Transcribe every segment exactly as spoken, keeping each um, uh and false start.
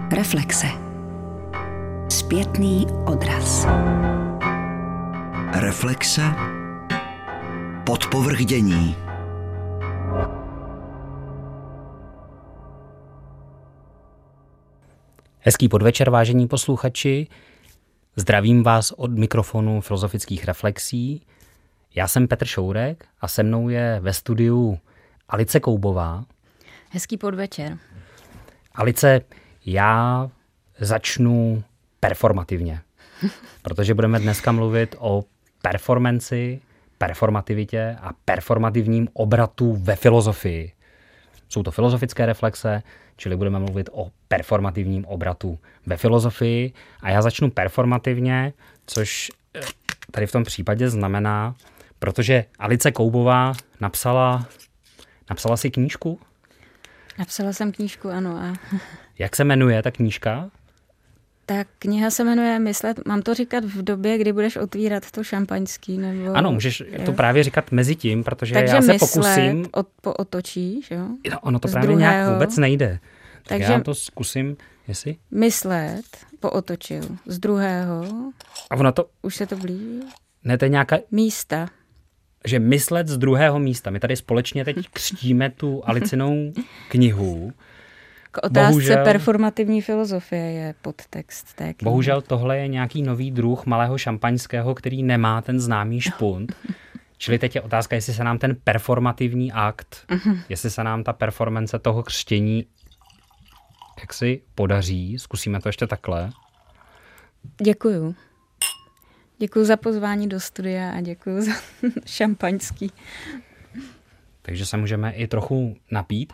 Reflexe. Zpětný odraz. Reflexe. Podpovrchdění. Hezký podvečer, vážení posluchači. Zdravím vás od mikrofonu Filozofických reflexí. Já jsem Petr Šourek a se mnou je ve studiu Alice Koubová. Hezký podvečer. Alice, já začnu performativně, protože budeme dneska mluvit o performanci, performativitě a performativním obratu ve filozofii. Jsou to filozofické reflexe, čili budeme mluvit o performativním obratu ve filozofii. A já začnu performativně, což tady v tom případě znamená, protože Alice Koubová napsala, napsala si knížku? Napsala jsem knížku, ano. A... Jak se jmenuje ta knížka? Ta kniha se jmenuje Myslet. Mám to říkat v době, kdy budeš otvírat to šampaňský? Nebo... Ano, můžeš to právě říkat mezi tím, protože Takže já se myslet, pokusím... Od, pootočíš, jo? No, ono to Z právě druhého. nějak vůbec nejde. Tak Takže já to zkusím, jestli... Myslet, pootočil. Z druhého. A ono to... Už se to blíží? Ne, to je nějaká... Místa. Že myslet z druhého místa. My tady společně teď křtíme tu Alicinou knihu. K otázce Bohužel, performativní filozofie je podtext té knihy. Bohužel tohle je nějaký nový druh malého šampaňského, který nemá ten známý špunt. Čili teď je otázka, jestli se nám ten performativní akt, jestli se nám ta performance toho křtění jak si podaří. Zkusíme to ještě takhle. Děkuju. Děkuju za pozvání do studia a děkuju za šampaňský. Takže se můžeme i trochu napít.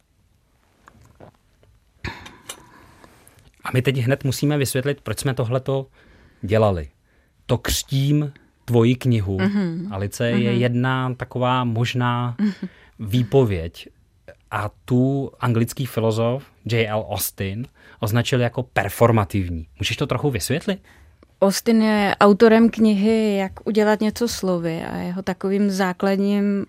A my teď hned musíme vysvětlit, proč jsme tohleto dělali. To křtím tvoji knihu, mm-hmm. Alice, mm-hmm. je jedna taková možná mm-hmm. výpověď. A tu anglický filozof J L Austin označil jako performativní. Můžeš to trochu vysvětlit? Austin je autorem knihy Jak udělat něco slovy a jeho takovým základním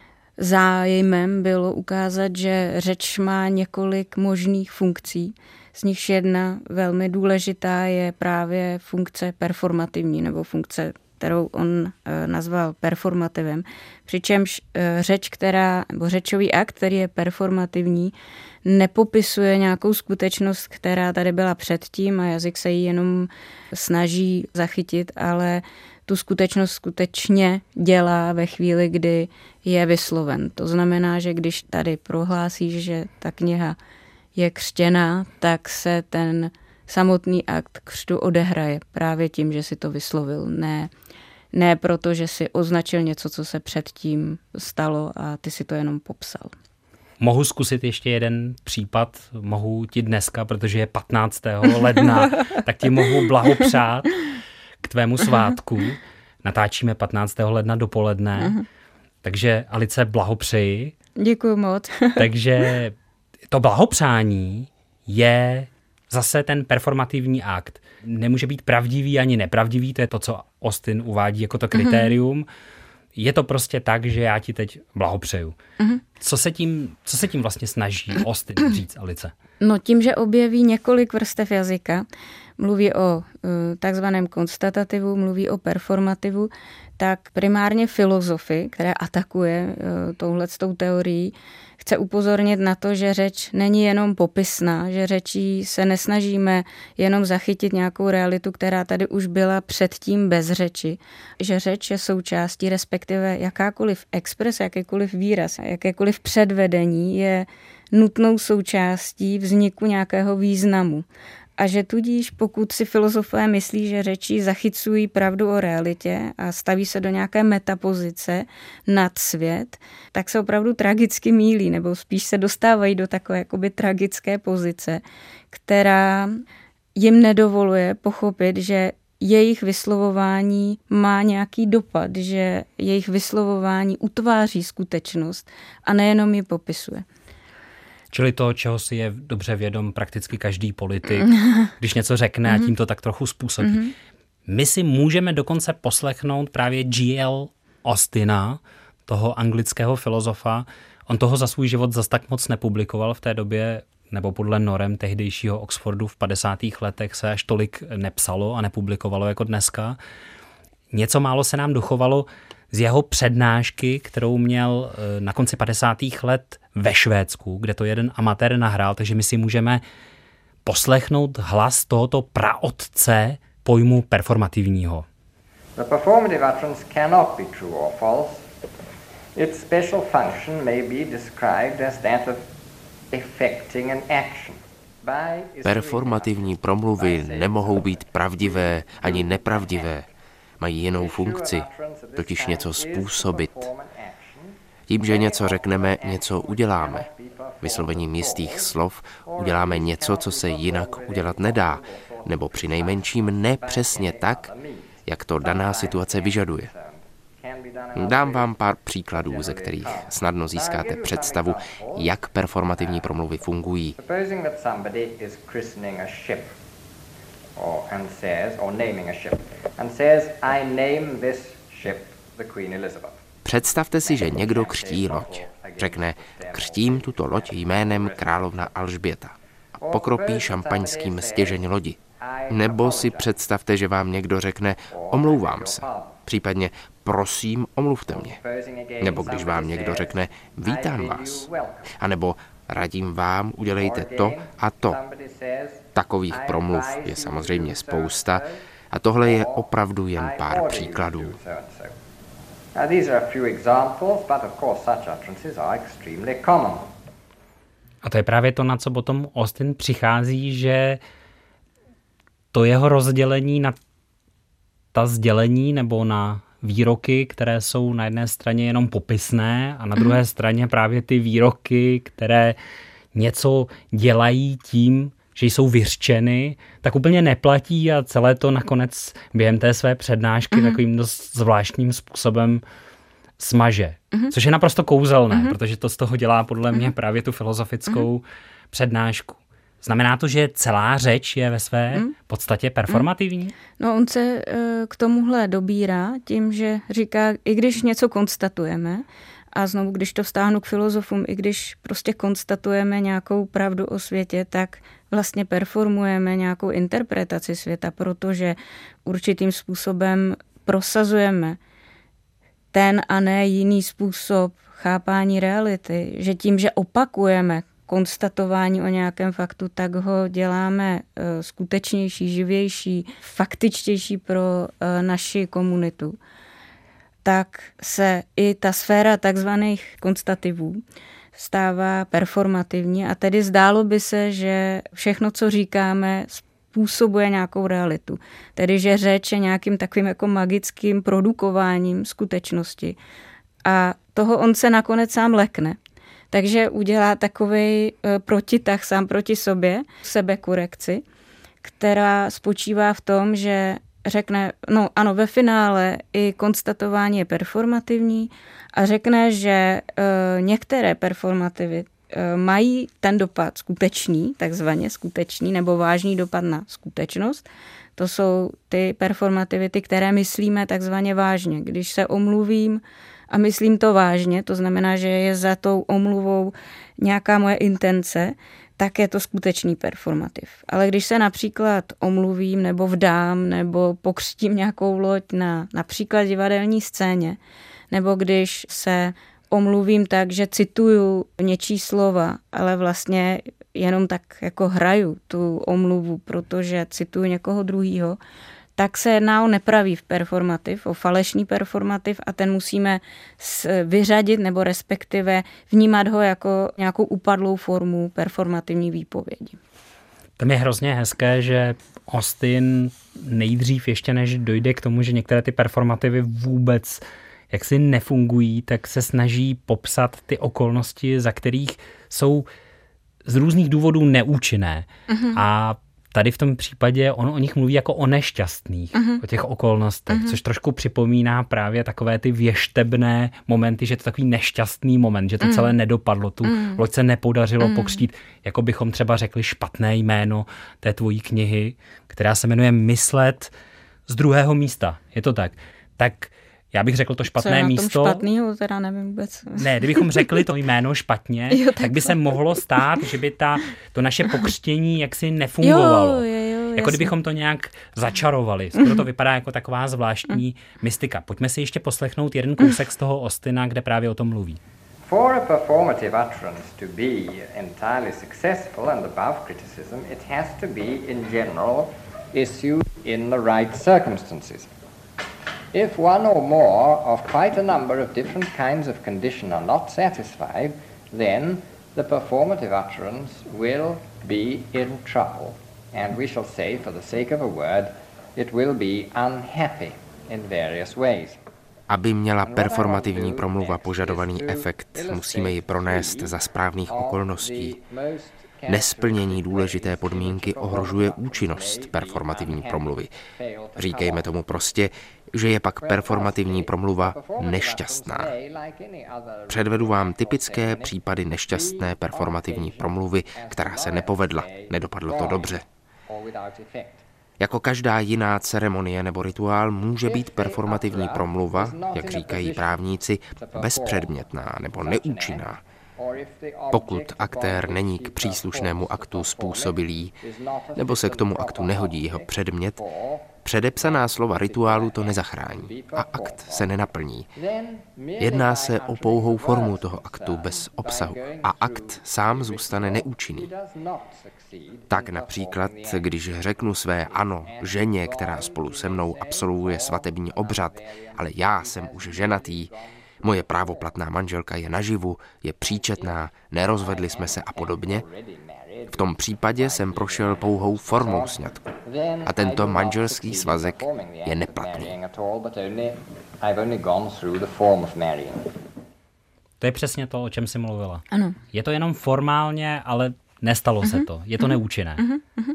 zájmem bylo ukázat, že řeč má několik možných funkcí. Z nichž jedna velmi důležitá je právě funkce performativní nebo funkce, kterou on e, nazval performativem. Přičemž e, řeč, která, nebo řečový akt, který je performativní, nepopisuje nějakou skutečnost, která tady byla předtím a jazyk se jí jenom snaží zachytit, ale tu skutečnost skutečně dělá ve chvíli, kdy je vysloven. To znamená, že když tady prohlásíš, že ta kniha je křtěná, tak se ten samotný akt křtu odehraje právě tím, že si to vyslovil. Ne, ne proto, že si označil něco, co se předtím stalo a ty si to jenom popsal. Mohu zkusit ještě jeden případ, mohu ti dneska, protože je patnáctého ledna, tak ti mohu blahopřát k tvému svátku. Natáčíme patnáctého ledna dopoledne, takže Alice, blahopřeji. Děkuju moc. Takže to blahopřání je zase ten performativní akt. Nemůže být pravdivý ani nepravdivý, to je to, co Austin uvádí jako to kritérium. Je to prostě tak, že já ti teď blahopřeju. Co se tím, co se tím vlastně snaží Austin říct, Alice? No tím, že objeví několik vrstev jazyka, mluví o uh, takzvaném konstatativu, mluví o performativu, tak primárně filozofy, které atakuje uh, touhletou teorií, chce upozornit na to, že řeč není jenom popisná, že řečí se nesnažíme jenom zachytit nějakou realitu, která tady už byla předtím bez řeči, že řeč je součástí, respektive jakákoliv expres, jakýkoliv výraz, jakékoliv předvedení je nutnou součástí vzniku nějakého významu. A že tudíž, pokud si filozofové myslí, že řeči zachycují pravdu o realitě a staví se do nějaké metapozice nad svět, tak se opravdu tragicky mýlí, nebo spíš se dostávají do takové jakoby tragické pozice, která jim nedovoluje pochopit, že jejich vyslovování má nějaký dopad, že jejich vyslovování utváří skutečnost a nejenom ji popisuje. Čili to, čeho si je dobře vědom prakticky každý politik, když něco řekne a tím to tak trochu způsobí. My si můžeme dokonce poslechnout právě J L Austina, toho anglického filozofa. On toho za svůj život zas tak moc nepublikoval v té době, nebo podle norem tehdejšího Oxfordu v padesátých letech se až tolik nepsalo a nepublikovalo jako dneska. Něco málo se nám dochovalo z jeho přednášky, kterou měl na konci padesátých let ve Švédsku, kde to jeden amatér nahrál, takže my si můžeme poslechnout hlas tohoto praotce pojmu performativního. The performative utterance cannot be true or false. Its special function may be described as that of effecting an action. Performativní promluvy nemohou být pravdivé ani nepravdivé. Mají jinou funkci, totiž něco způsobit. Tím, že něco řekneme, něco uděláme. Vyslovením jistých slov uděláme něco, co se jinak udělat nedá, nebo přinejmenším ne přesně tak, jak to daná situace vyžaduje. Dám vám pár příkladů, ze kterých snadno získáte představu, jak performativní promluvy fungují. Představte si, že někdo křtí loď. Řekne, křtím tuto loď jménem královna Alžběta a pokropí šampaňským stěžeň lodi. Nebo si představte, že vám někdo řekne, omlouvám se, případně prosím, omluvte mě. Nebo když vám někdo řekne, vítám vás. A nebo radím vám, udělejte to a to. Takových promluv je samozřejmě spousta a tohle je opravdu jen pár příkladů. A to je právě to, na co potom Austin přichází, že to jeho rozdělení na ta sdělení nebo na výroky, které jsou na jedné straně jenom popisné a na druhé straně právě ty výroky, které něco dělají tím, že jsou vyřčeny, tak úplně neplatí a celé to nakonec během té své přednášky mm-hmm. takovým dost zvláštním způsobem smaže. Mm-hmm. Což je naprosto kouzelné, mm-hmm. protože to z toho dělá podle mě mm-hmm. právě tu filozofickou mm-hmm. přednášku. Znamená to, že celá řeč je ve své mm. podstatě performativní? No on se k tomuhle dobírá tím, že říká, i když něco konstatujeme, a znovu, když to vztáhnu k filozofům, i když prostě konstatujeme nějakou pravdu o světě, tak vlastně performujeme nějakou interpretaci světa, protože určitým způsobem prosazujeme ten a ne jiný způsob chápání reality, že tím, že opakujeme konstatování o nějakém faktu, tak ho děláme skutečnější, živější, faktičtější pro naši komunitu. Tak se i ta sféra takzvaných konstativů stává performativní a tedy zdálo by se, že všechno, co říkáme, způsobuje nějakou realitu. Tedy, že řeč je nějakým takovým jako magickým produkováním skutečnosti. A toho on se nakonec sám lekne. Takže udělá takovej protitah sám proti sobě, sebekorekci, která spočívá v tom, že řekne, no ano, ve finále i konstatování je performativní a řekne, že e, některé performativy e, mají ten dopad skutečný, takzvaně skutečný, nebo vážný dopad na skutečnost. To jsou ty performativity, které myslíme takzvaně vážně. Když se omluvím a myslím to vážně, to znamená, že je za tou omluvou nějaká moje intence, tak je to skutečný performativ. Ale když se například omluvím nebo vdám nebo pokřtím nějakou loď na například divadelní scéně, nebo když se omluvím tak, že cituju něčí slova, ale vlastně jenom tak jako hraju tu omluvu, protože cituju někoho druhýho, tak se jedná o nepravý performativ, o falešný performativ a ten musíme vyřadit nebo respektive vnímat ho jako nějakou upadlou formu performativní výpovědi. Tam je hrozně hezké, že Austin nejdřív ještě než dojde k tomu, že některé ty performativy vůbec jaksi nefungují, tak se snaží popsat ty okolnosti, za kterých jsou z různých důvodů neúčinné. Mm-hmm. A tady v tom případě on o nich mluví jako o nešťastných, uh-huh. o těch okolnostech, uh-huh. což trošku připomíná právě takové ty věštebné momenty, že to je takový nešťastný moment, že to uh-huh. celé nedopadlo, tu uh-huh. loď se nepodařilo uh-huh. pokřtít, jako bychom třeba řekli špatné jméno té tvojí knihy, která se jmenuje Myslet z druhého místa. Je to tak. Tak Já bych řekl to špatné Co je na místo. tom špatnýho, teda nevím vůbec. Ne, kdybychom řekli to jméno špatně, jo, tak by se mohlo stát, že by ta, to naše pokřtění jaksi nefungovalo. Jo, jo, jo, jako kdybychom to nějak začarovali. Skoro to vypadá jako taková zvláštní mystika. Pojďme si ještě poslechnout jeden kousek z toho Austina, kde právě o tom mluví. For a performative utterance to be entirely successful and above criticism, it has to be in general issued in the right circumstances. If one or more of quite a number of different kinds of condition are not satisfied, then the performative utterance will be in trouble. And we shall say, for the sake of a word, it will be unhappy in various ways. Aby měla performativní promluva požadovaný efekt, musíme ji pronést za správných okolností. Nesplnění důležité podmínky ohrožuje účinnost performativní promluvy. Říkejme tomu prostě, že je pak performativní promluva nešťastná. Předvedu vám typické případy nešťastné performativní promluvy, která se nepovedla, nedopadlo to dobře. Jako každá jiná ceremonie nebo rituál může být performativní promluva, jak říkají právníci, bezpředmětná nebo neúčinná. Pokud aktér není k příslušnému aktu způsobilý, nebo se k tomu aktu nehodí jeho předmět, předepsaná slova rituálu to nezachrání a akt se nenaplní. Jedná se o pouhou formu toho aktu bez obsahu a akt sám zůstane neúčinný. Tak například, když řeknu své ano ženě, která spolu se mnou absolvuje svatební obřad, ale já jsem už ženatý, moje právoplatná manželka je naživu, je příčetná, nerozvedli jsme se a podobně, v tom případě jsem prošel pouhou formou sňatku a tento manželský svazek je neplatný. To je přesně to, o čem jsi mluvila. Ano. Je to jenom formálně, ale nestalo uh-huh. se to. Je to uh-huh. neúčinné. Uh-huh. Uh-huh.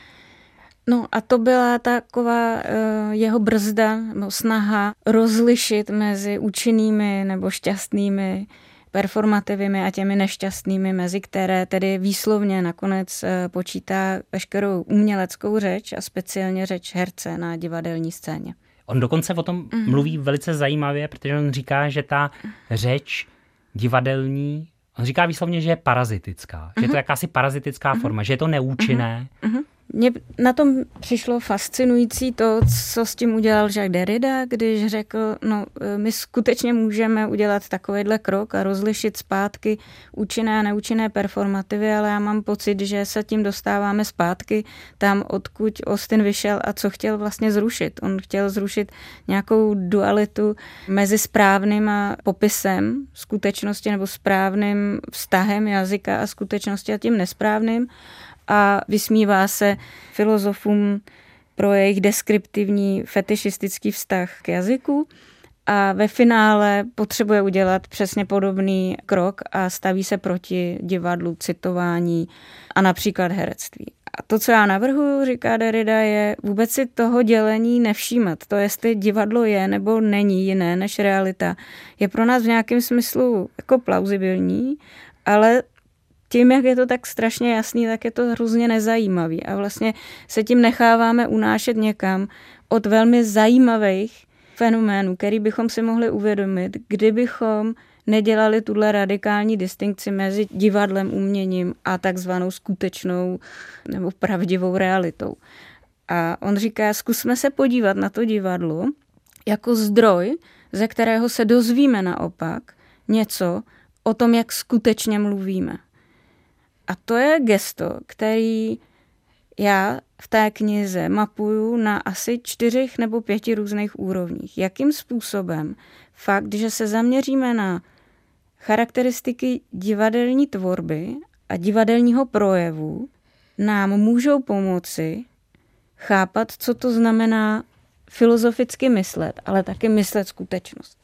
No a to byla taková uh, jeho brzda, nebo snaha rozlišit mezi účinnými nebo šťastnými performativými a těmi nešťastnými, mezi které tedy výslovně nakonec uh, počítá veškerou uměleckou řeč a speciálně řeč herce na divadelní scéně. On dokonce o tom uh-huh. mluví velice zajímavě, protože on říká, že ta řeč divadelní, on říká výslovně, že je parazitická, uh-huh. že je to jakási parazitická uh-huh. forma, že je to neúčinné. Uh-huh. Mně na tom přišlo fascinující to, co s tím udělal Jacques Derrida, když řekl, no my skutečně můžeme udělat takovýhle krok a rozlišit zpátky účinné a neúčinné performativy, ale já mám pocit, že se tím dostáváme zpátky tam, odkud Austin vyšel a co chtěl vlastně zrušit. On chtěl zrušit nějakou dualitu mezi správným a popisem skutečnosti nebo správným vztahem jazyka a skutečnosti a tím nesprávným. A vysmívá se filozofům pro jejich deskriptivní fetišistický vztah k jazyku a ve finále potřebuje udělat přesně podobný krok a staví se proti divadlu, citování a například herectví. A to, co já navrhuji, říká Derrida, je vůbec si toho dělení nevšímat. To, jestli divadlo je nebo není jiné než realita, je pro nás v nějakém smyslu jako plauzibilní, ale tím, jak je to tak strašně jasný, tak je to hrozně nezajímavý a vlastně se tím necháváme unášet někam od velmi zajímavých fenoménů, který bychom si mohli uvědomit, kdybychom nedělali tuhle radikální distinkci mezi divadlem, uměním a takzvanou skutečnou nebo pravdivou realitou. A on říká, zkusme se podívat na to divadlo jako zdroj, ze kterého se dozvíme naopak něco o tom, jak skutečně mluvíme. A to je gesto, který já v té knize mapuju na asi čtyřech nebo pěti různých úrovních. Jakým způsobem fakt, že se zaměříme na charakteristiky divadelní tvorby a divadelního projevu, nám můžou pomoci chápat, co to znamená filozoficky myslet, ale taky myslet skutečnost.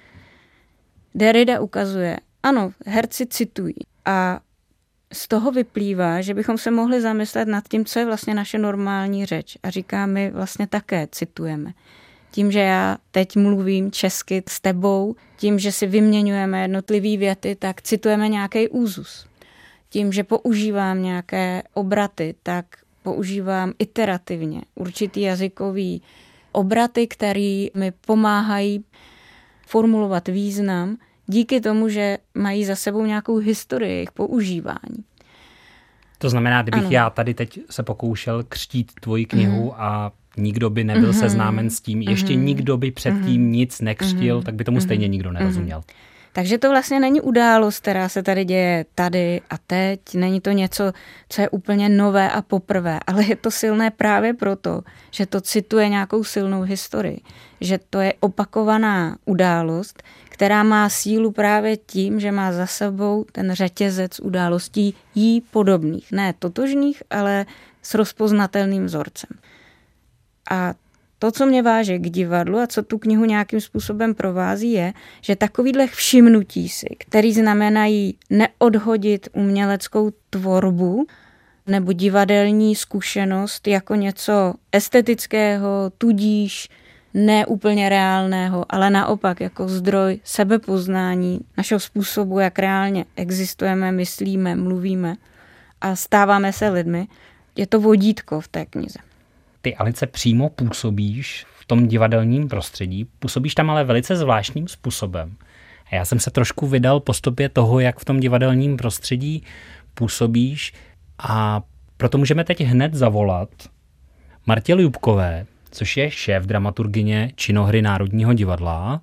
Derrida ukazuje, ano, herci citují a z toho vyplývá, že bychom se mohli zamyslet nad tím, co je vlastně naše normální řeč. A říká, my vlastně také citujeme. Tím, že já teď mluvím česky s tebou, tím, že si vyměňujeme jednotlivé věty, tak citujeme nějaký úzus. Tím, že používám nějaké obraty, tak používám iterativně určitý jazykový obraty, které mi pomáhají formulovat význam díky tomu, že mají za sebou nějakou historii jejich používání. To znamená, kdybych ano. já tady teď se pokoušel křtít tvoji knihu mm. a nikdo by nebyl mm-hmm. seznámen s tím, ještě mm-hmm. nikdo by předtím mm-hmm. nic nekřtil, mm-hmm. tak by tomu mm-hmm. stejně nikdo nerozuměl. Mm-hmm. Takže to vlastně není událost, která se tady děje tady a teď. Není to něco, co je úplně nové a poprvé, ale je to silné právě proto, že to cituje nějakou silnou historii. Že to je opakovaná událost, která má sílu právě tím, že má za sebou ten řetězec událostí jí podobných. Ne totožných, ale s rozpoznatelným vzorcem. A to, co mě váže k divadlu a co tu knihu nějakým způsobem provází, je, že takovýhle všimnutí si, který znamenají neodhodit uměleckou tvorbu nebo divadelní zkušenost jako něco estetického, tudíž neúplně reálného, ale naopak jako zdroj sebepoznání našeho způsobu, jak reálně existujeme, myslíme, mluvíme a stáváme se lidmi, je to vodítko v té knize. Ty, Alice, přímo působíš v tom divadelním prostředí, působíš tam ale velice zvláštním způsobem. A já jsem se trošku vydal po stopě toho, jak v tom divadelním prostředí působíš, a proto můžeme teď hned zavolat Martě Ljubkové, což je šéf dramaturgyně činohry Národního divadla.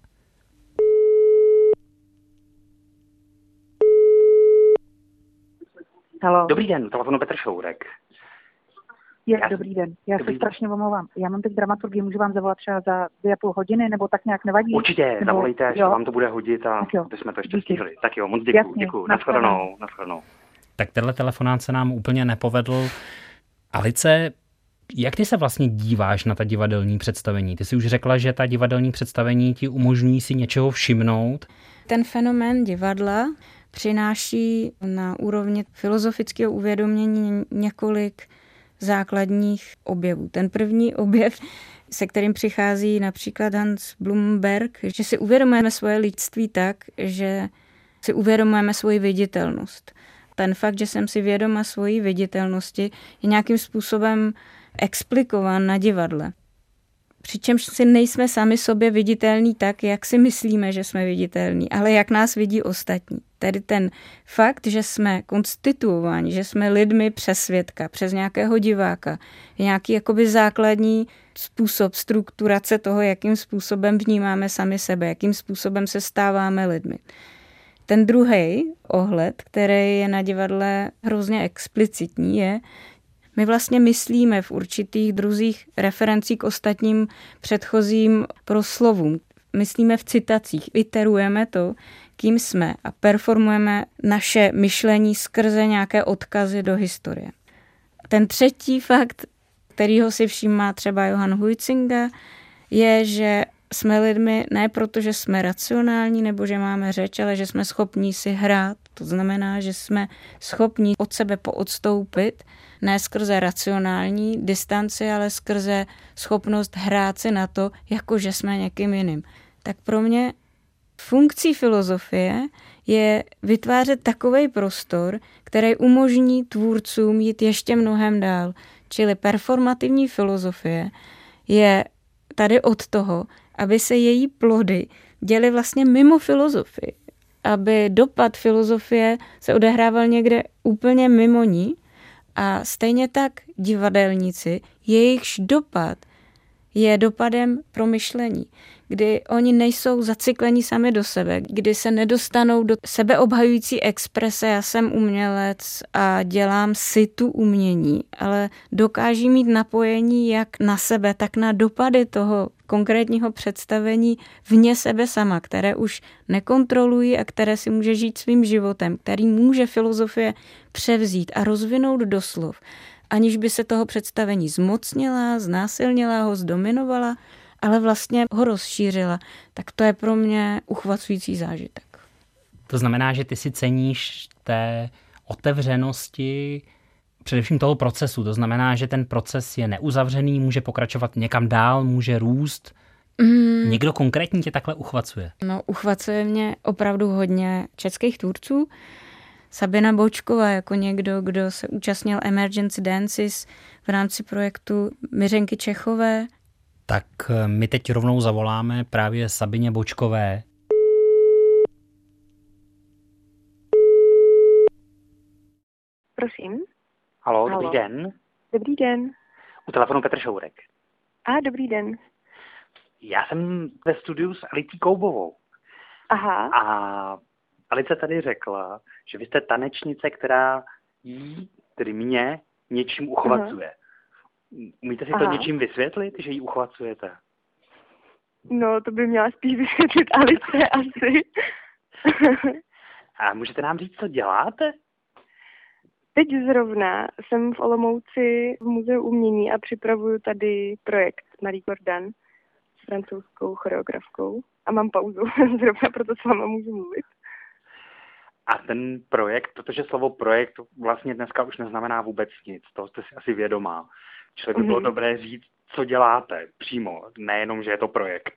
Halo. Dobrý den, telefonu Petr Šourek. Je, já, dobrý den, já dobrý se strašně omlouvám. Já mám teď dramaturgii, můžu vám zavolat třeba za dvě a půl hodiny, nebo tak nějak nevadí? Určitě, nebo, zavolejte, že vám to bude hodit a aby jsme to ještě stihli. Tak jo, moc děkuju, děkuju. Nashledanou, nashledanou. Tak tenhle telefonát se nám úplně nepovedl. Alice, jak ty se vlastně díváš na ta divadelní představení? Ty jsi už řekla, že ta divadelní představení ti umožňují si něčeho všimnout. Ten fenomén divadla přináší na úrovni filozofického uvědomění několik základních objevů. Ten první objev, se kterým přichází například Hans Blumberg, že si uvědomujeme svoje lidství tak, že si uvědomujeme svoji viditelnost. Ten fakt, že jsem si vědoma svojí viditelnosti, je nějakým způsobem explikován na divadle. Přičemž si nejsme sami sobě viditelní tak, jak si myslíme, že jsme viditelní, ale jak nás vidí ostatní. Tedy ten fakt, že jsme konstituováni, že jsme lidmi přes svědka, přes nějakého diváka, je nějaký jakoby základní způsob strukturace toho, jakým způsobem vnímáme sami sebe, jakým způsobem se stáváme lidmi. Ten druhý ohled, který je na divadle hrozně explicitní, je, my vlastně myslíme v určitých druzích referencí k ostatním předchozím proslovům. Myslíme v citacích, iterujeme to, kým jsme a performujeme naše myšlení skrze nějaké odkazy do historie. Ten třetí fakt, kterýho si všímá třeba Johann Huizinga, je, že jsme lidmi ne proto, že jsme racionální nebo že máme řeč, ale že jsme schopní si hrát. To znamená, že jsme schopní od sebe poodstoupit, ne skrze racionální distanci, ale skrze schopnost hrát si na to, jako že jsme někým jiným. Tak pro mě funkcí filozofie je vytvářet takovej prostor, který umožní tvůrcům jít ještě mnohem dál. Čili performativní filozofie je tady od toho, aby se její plody děly vlastně mimo filozofii. Aby dopad filozofie se odehrával někde úplně mimo ní a stejně tak divadelníci, jejichž dopad je dopadem promyšlení, kdy oni nejsou zacykleni sami do sebe, kdy se nedostanou do sebeobhajující exprese, já jsem umělec a dělám si tu umění, ale dokáží mít napojení jak na sebe, tak na dopady toho konkrétního představení vně sebe sama, které už nekontrolují a které si může žít svým životem, který může filozofie převzít a rozvinout do slov, aniž by se toho představení zmocnila, znásilnila ho, zdominovala, ale vlastně ho rozšířila, tak to je pro mě uchvacující zážitek. To znamená, že ty si ceníš té otevřenosti především toho procesu. To znamená, že ten proces je neuzavřený, může pokračovat někam dál, může růst. Mm. Někdo konkrétně tě takhle uchvacuje? No, uchvacuje mě opravdu hodně českých tvůrců. Sabina Bočková jako někdo, kdo se účastnil Emergency Dances v rámci projektu Miřenky Čechové. Tak my teď rovnou zavoláme právě Sabině Bočkové. Prosím. Halo, Halo, dobrý den. Dobrý den. U telefonu Petr Šourek. A, dobrý den. Já jsem ve studiu s Alicí Koubovou. Aha. A Alice tady řekla, že vy jste tanečnice, která jí, tedy mě, něčím uchvacuje. Aha. Umíte si to Aha. něčím vysvětlit, že ji uchvacujete? No, to by měla spíš vysvětlit Alice asi. A můžete nám říct, co děláte? Teď zrovna jsem v Olomouci v Muzeu umění a připravuju tady projekt Marie Cordan s francouzskou choreografkou. A mám pauzu, zrovna proto s váma můžu mluvit. A ten projekt, protože slovo projekt vlastně dneska už neznamená vůbec nic, toho jste si asi vědomá. Čili by bylo mm-hmm. dobré říct, co děláte přímo, nejenom, že je to projekt.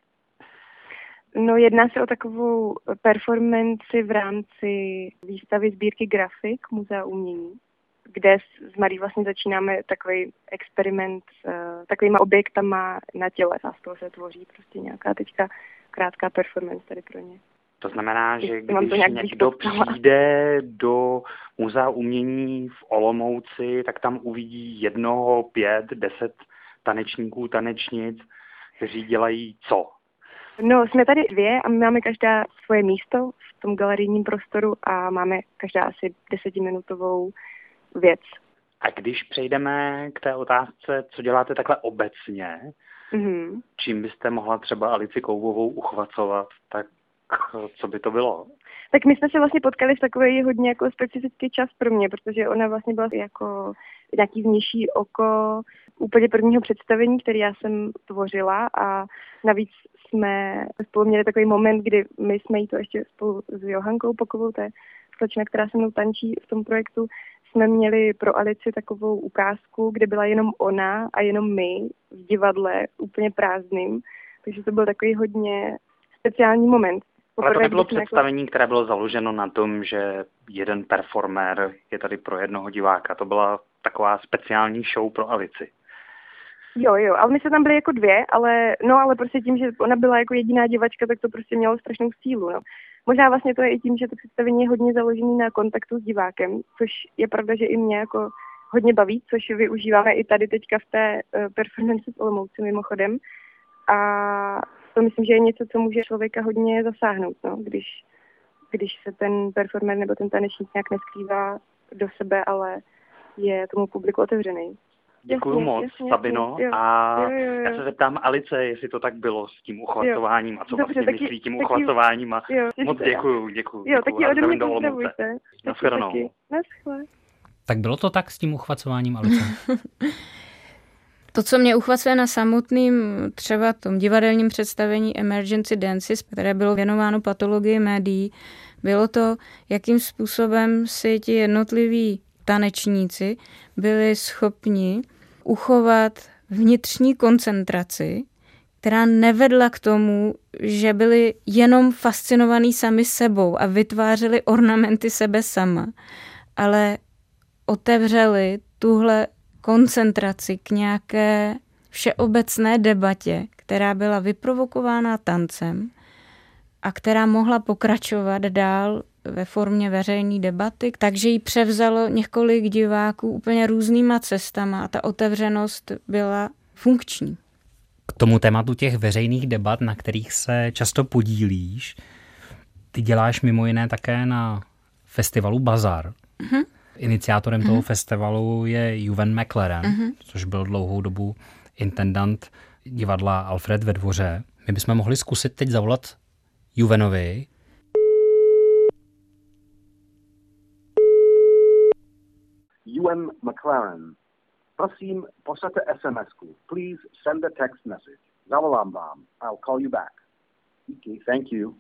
No, jedná se o takovou performanci v rámci výstavy sbírky grafik Muzea umění, kde s Marí vlastně začínáme takový experiment s takovýma objektama na těle a z toho se tvoří prostě nějaká teďka krátká performance tady pro ně. To znamená, že když někdo přijde do Muzea umění v Olomouci, tak tam uvidí jednoho, pět, deset tanečníků, tanečnic, kteří dělají co? No, jsme tady dvě a my máme každá svoje místo v tom galerijním prostoru a máme každá asi desetiminutovou věc. A když přejdeme k té otázce, co děláte takhle obecně, mm-hmm. čím byste mohla třeba Alici Koubovou uchvacovat, tak co by to bylo? Tak my jsme se vlastně potkali v takový hodně jako specifický čas pro mě, protože ona vlastně byla jako nějaký vnější oko úplně prvního představení, který já jsem tvořila a navíc jsme spolu měli takový moment, kdy my jsme jí to ještě spolu s Johankou Pokovou, to je slečna, která se mnou tančí v tom projektu, jsme měli pro Alici takovou ukázku, kde byla jenom ona a jenom my v divadle úplně prázdným, takže to byl takový hodně speciální moment. Ale to nebylo představení, které bylo založeno na tom, že jeden performér je tady pro jednoho diváka. To byla taková speciální show pro Alici. Jo, jo, ale my jsme tam byli jako dvě, ale no, ale prostě tím, že ona byla jako jediná divačka, tak to prostě mělo strašnou sílu, no. Možná vlastně to je i tím, že to představení je hodně založené na kontaktu s divákem, což je pravda, že i mě jako hodně baví, což využíváme i tady teďka v té uh, performance s Olomouci mimochodem. A to myslím, že je něco, co může člověka hodně zasáhnout, no, když, když se ten performer nebo ten tanečník nějak neskrývá do sebe, ale je tomu publiku otevřený. Děkuju jasně, moc, jasně, Sabino. Jo, a jo, jo, jo. Já se zeptám Alice, jestli to tak bylo s tím uchvacováním jo. a co Dobře, vlastně taky, myslí tím taky, uchvacováním. A jo, moc děkuju, děkuju. Jo, taky ode mě pozdravujte. Naschledanou. Naschle. Tak bylo to tak s tím uchvacováním, Alice? To, co mě uchvacuje na samotným třeba tom divadelním představení Emergency Dances, které bylo věnováno patologii médií, bylo to, jakým způsobem si ti jednotliví tanečníci byli schopni uchovat vnitřní koncentraci, která nevedla k tomu, že byli jenom fascinovaní sami sebou a vytvářeli ornamenty sebe sama, ale otevřeli tuhle koncentraci k nějaké všeobecné debatě, která byla vyprovokována tancem a která mohla pokračovat dál ve formě veřejné debaty, takže ji převzalo několik diváků úplně různýma cestama a ta otevřenost byla funkční. K tomu tématu těch veřejných debat, na kterých se často podílíš, ty děláš mimo jiné také na festivalu Bazar. Uh-huh. Iniciátorem uh-huh. toho festivalu je Juven McLaren, uh-huh. což byl dlouhou dobu intendant divadla Alfred ve Dvoře. My bychom mohli zkusit teď zavolat Juvenovi. Juven McLaren. Prosím, pošlete es em esku. Please send a text message. Zavolám vám. I'll call you back. Okay, thank you.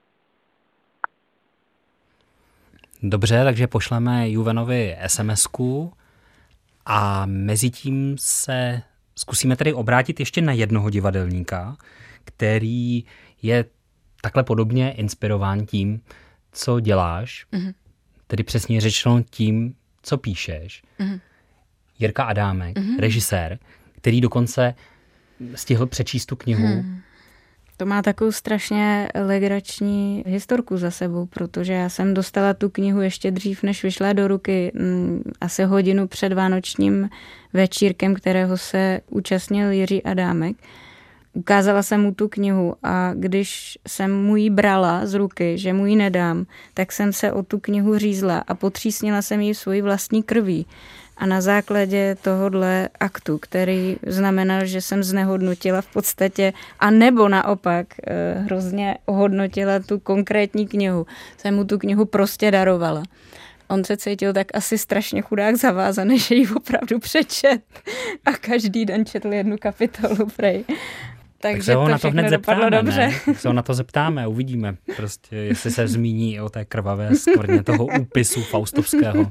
Dobře, takže pošleme Juvenovi es em esku a mezi tím se zkusíme tedy obrátit ještě na jednoho divadelníka, který je takhle podobně inspirován tím, co děláš, mm-hmm. tedy přesně řečeno tím, co píšeš. Mm-hmm. Jirka Adámek, mm-hmm. režisér, který dokonce stihl přečíst tu knihu. Mm. To má takovou strašně legrační historku za sebou, protože já jsem dostala tu knihu ještě dřív, než vyšla do ruky, asi hodinu před vánočním večírkem, kterého se účastnil Jiří Adámek. Ukázala jsem mu tu knihu a když jsem mu ji brala z ruky, že mu ji nedám, tak jsem se o tu knihu řízla a potřísnila jsem ji svojí vlastní krví. A na základě tohohle aktu, který znamenal, že jsem znehodnotila v podstatě, a nebo naopak hrozně ohodnotila tu konkrétní knihu, jsem mu tu knihu prostě darovala. On se cítil tak asi strašně chudák zavázaný, že ji opravdu přečet a každý den četl jednu kapitolu prej. Takže tak se ho to na to hned zeptáme, dobře. Ne? Tak se ho na to zeptáme, uvidíme, prostě, jestli se zmíní o té krvavé skvrně toho úpisu faustovského.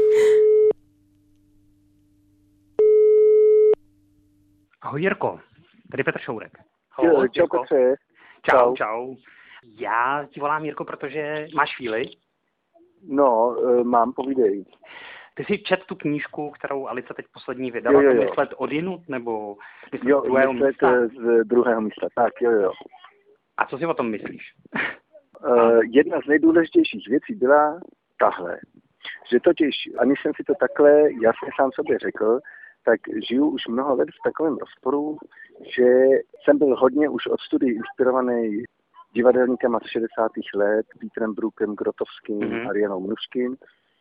Ahoj Jirko, tady Petr Šourek. Ahoj, čau Petře. Čau, čau. Já ti volám Jirko, protože máš chvíli? No, mám, povídej. Ty jsi čet tu knížku, kterou Alice teď poslední vydala, jo, jo, jo. Myslet odinut, nebo myslet jo, z druhého myslet místa? z druhého místa, tak jo, jo. A co si o tom myslíš? Uh, jedna z nejdůležitějších věcí byla tahle, že totiž, ani jsem si to takhle jasně sám sobě řekl, tak žiju už mnoho let v takovém rozporu, že jsem byl hodně už od studií inspirovaný divadelníkama z šedesátých let, Petrem Brookem, Grotowským, mm-hmm. Arianou Mnuškin.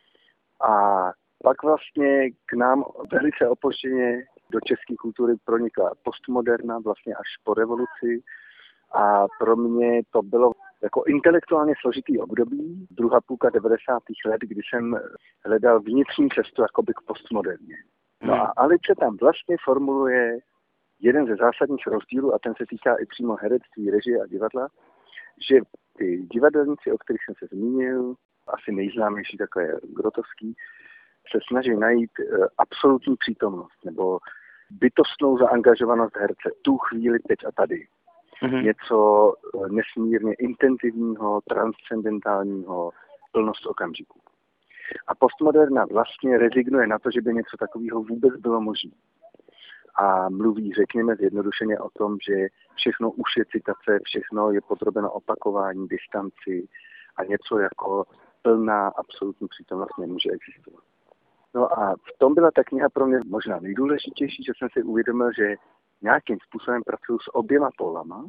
A pak vlastně k nám velice opožděně do české kultury pronikla postmoderna vlastně až po revoluci. A pro mě to bylo jako intelektuálně složitý období, druhá půlka devadesátých let, kdy jsem hledal vnitřní cestu jakoby k postmoderně. No a Alice tam vlastně formuluje jeden ze zásadních rozdílů, a ten se týká i přímo herectví, režie a divadla, že ty divadelníci, o kterých jsem se zmínil, asi nejznámější takové Grotowský, se snaží najít absolutní přítomnost nebo bytostnou zaangažovanost herce tu chvíli, teď a tady. Mm-hmm. Něco nesmírně intenzivního, transcendentálního, plnost okamžiku. A postmoderna vlastně rezignuje na to, že by něco takového vůbec bylo možné. A mluví, řekněme, zjednodušeně o tom, že všechno už je citace, všechno je podrobeno opakování, distanci a něco jako plná absolutní přítomnost nemůže existovat. No a v tom byla ta kniha pro mě možná nejdůležitější, že jsem si uvědomil, že nějakým způsobem pracuju s oběma polama,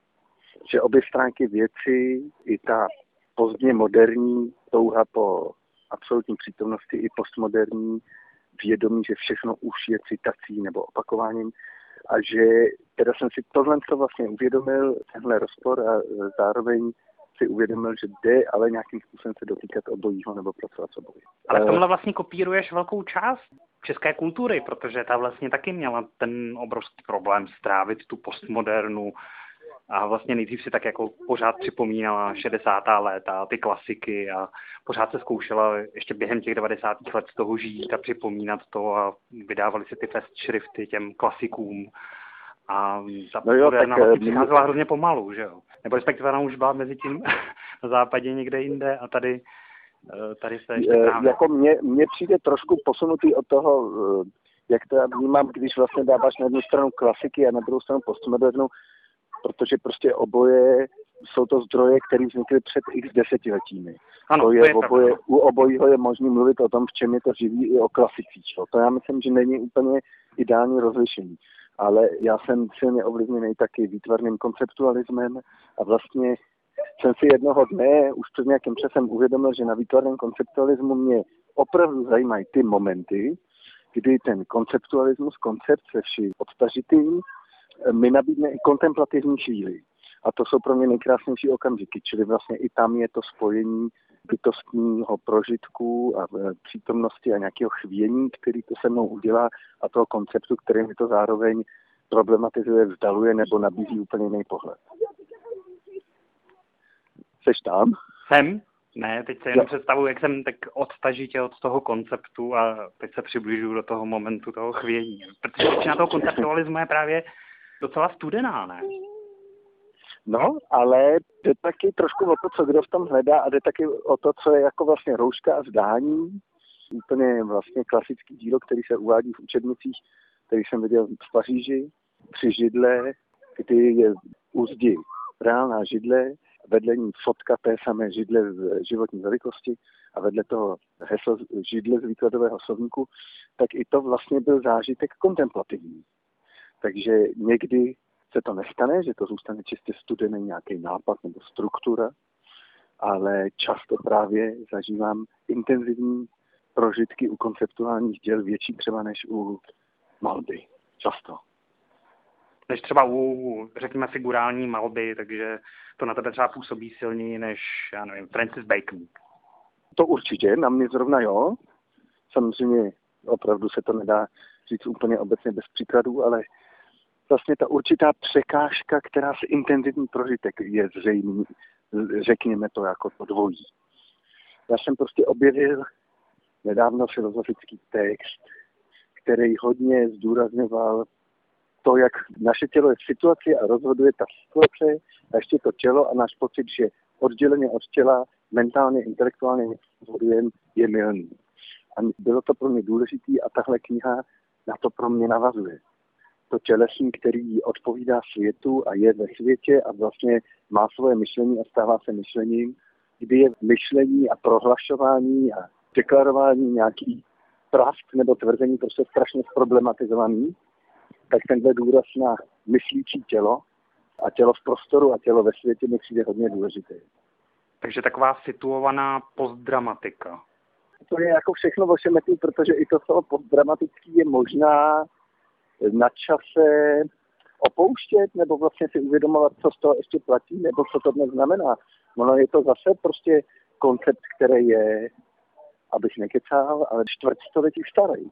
že obě stránky věci, i ta pozdně moderní touha po absolutní přítomnosti, i postmoderní vědomí, že všechno už je citací nebo opakováním, a že teda jsem si tohle co vlastně uvědomil, tenhle rozpor, a zároveň si uvědomil, že jde ale nějakým způsobem se dotýkat obojího nebo pracovat s obojí. Ale v tomhle vlastně kopíruješ velkou část české kultury, protože ta vlastně taky měla ten obrovský problém strávit tu postmodernu a vlastně nejdřív si tak jako pořád připomínala šedesátá léta, ty klasiky, a pořád se zkoušela ještě během těch devadesátých let z toho žít a připomínat to, a vydávali si ty fest šrifty těm klasikům. A ta no jo, moderna tak, vlastně přicházela hrozně pomalu, že jo? Nebo respektive ona už byla mezi tím na západě někde jinde a tady, tady se ještě právě. Jako mně, mně přijde trošku posunutý od toho, jak to já vnímám, když vlastně dáváš na jednu stranu klasiky a na druhou stranu postmodernu, protože prostě oboje jsou to zdroje, které vznikly před x desetiletími. Ano, to je, to je oboje, u obojího je možné mluvit o tom, v čem je to živý, i o klasicích. To já myslím, že není úplně ideální rozlišení. Ale já jsem silně ovlivněný taky výtvarným konceptualismem a vlastně jsem si jednoho dne už před nějakým časem uvědomil, že na výtvarném konceptualismu mě opravdu zajímají ty momenty, kdy ten konceptualismus, koncept se vší odtažitý, mi nabídne i kontemplativní chvíli. A to jsou pro mě nejkrásnější okamžiky, čili vlastně i tam je to spojení bytostního prožitku a přítomnosti a nějakého chvění, který to se mnou udělá, a toho konceptu, který mi to zároveň problematizuje, vzdaluje nebo nabízí úplně jiný pohled. Seš tam? Jsem? Ne, teď se jenom představuji, jak jsem tak odtažitě od toho konceptu a teď se přibližuju do toho momentu toho chvění. Protože většina toho konceptualismu je právě docela studená, ne? No, ale jde taky trošku o to, co kdo v tom hledá, a jde taky o to, co je jako vlastně rouška a zdání. Úplně vlastně klasický dílo, který se uvádí v učebnicích, který jsem viděl v Paříži, při židle, kdy je u zdi reálná židle, vedle ní fotka té samé židle v životní velikosti a vedle toho heslo židle z výkladového slovníku, tak i to vlastně byl zážitek kontemplativní. Takže někdy se to nestane, že to zůstane čistě studený nějaký nápad nebo struktura, ale často právě zažívám intenzivní prožitky u konceptuálních děl větší třeba než u malby. Často. Než třeba u, řekněme, figurální malby, takže to na tebe třeba působí silněji než, já nevím, Francis Bacon. To určitě, na mě zrovna jo. Samozřejmě opravdu se to nedá říct úplně obecně bez příkladů, ale vlastně ta určitá překážka, která se intenzivní prožitek je zřejmý, řekněme to jako to dvojí. Já jsem prostě objevil nedávno filozofický text, který hodně zdůrazňoval to, jak naše tělo je v situaci a rozhoduje ta situace a ještě to tělo a náš pocit, že odděleně od těla mentálně, intelektuálně rozhodujeme, je mylný. A bylo to pro mě důležitý a tahle kniha na to pro mě navazuje. To tělesní, který odpovídá světu a je ve světě a vlastně má svoje myšlení a stává se myšlením, kdy je myšlení a prohlašování a deklarování nějaký pravd nebo tvrzení prostě strašně zproblematizovaný, tak tenhle důraz na myslící tělo a tělo v prostoru a tělo ve světě mi přijde hodně důležité. Takže taková situovaná postdramatika. To je jako všechno ošemetný, protože i to slovo postdramatický je možná na čase opouštět, nebo vlastně si uvědomovat, co z toho ještě platí, nebo co to dnes znamená. Ono je to zase prostě koncept, který je, abych nekecal, ale čtvrtstoletí starý.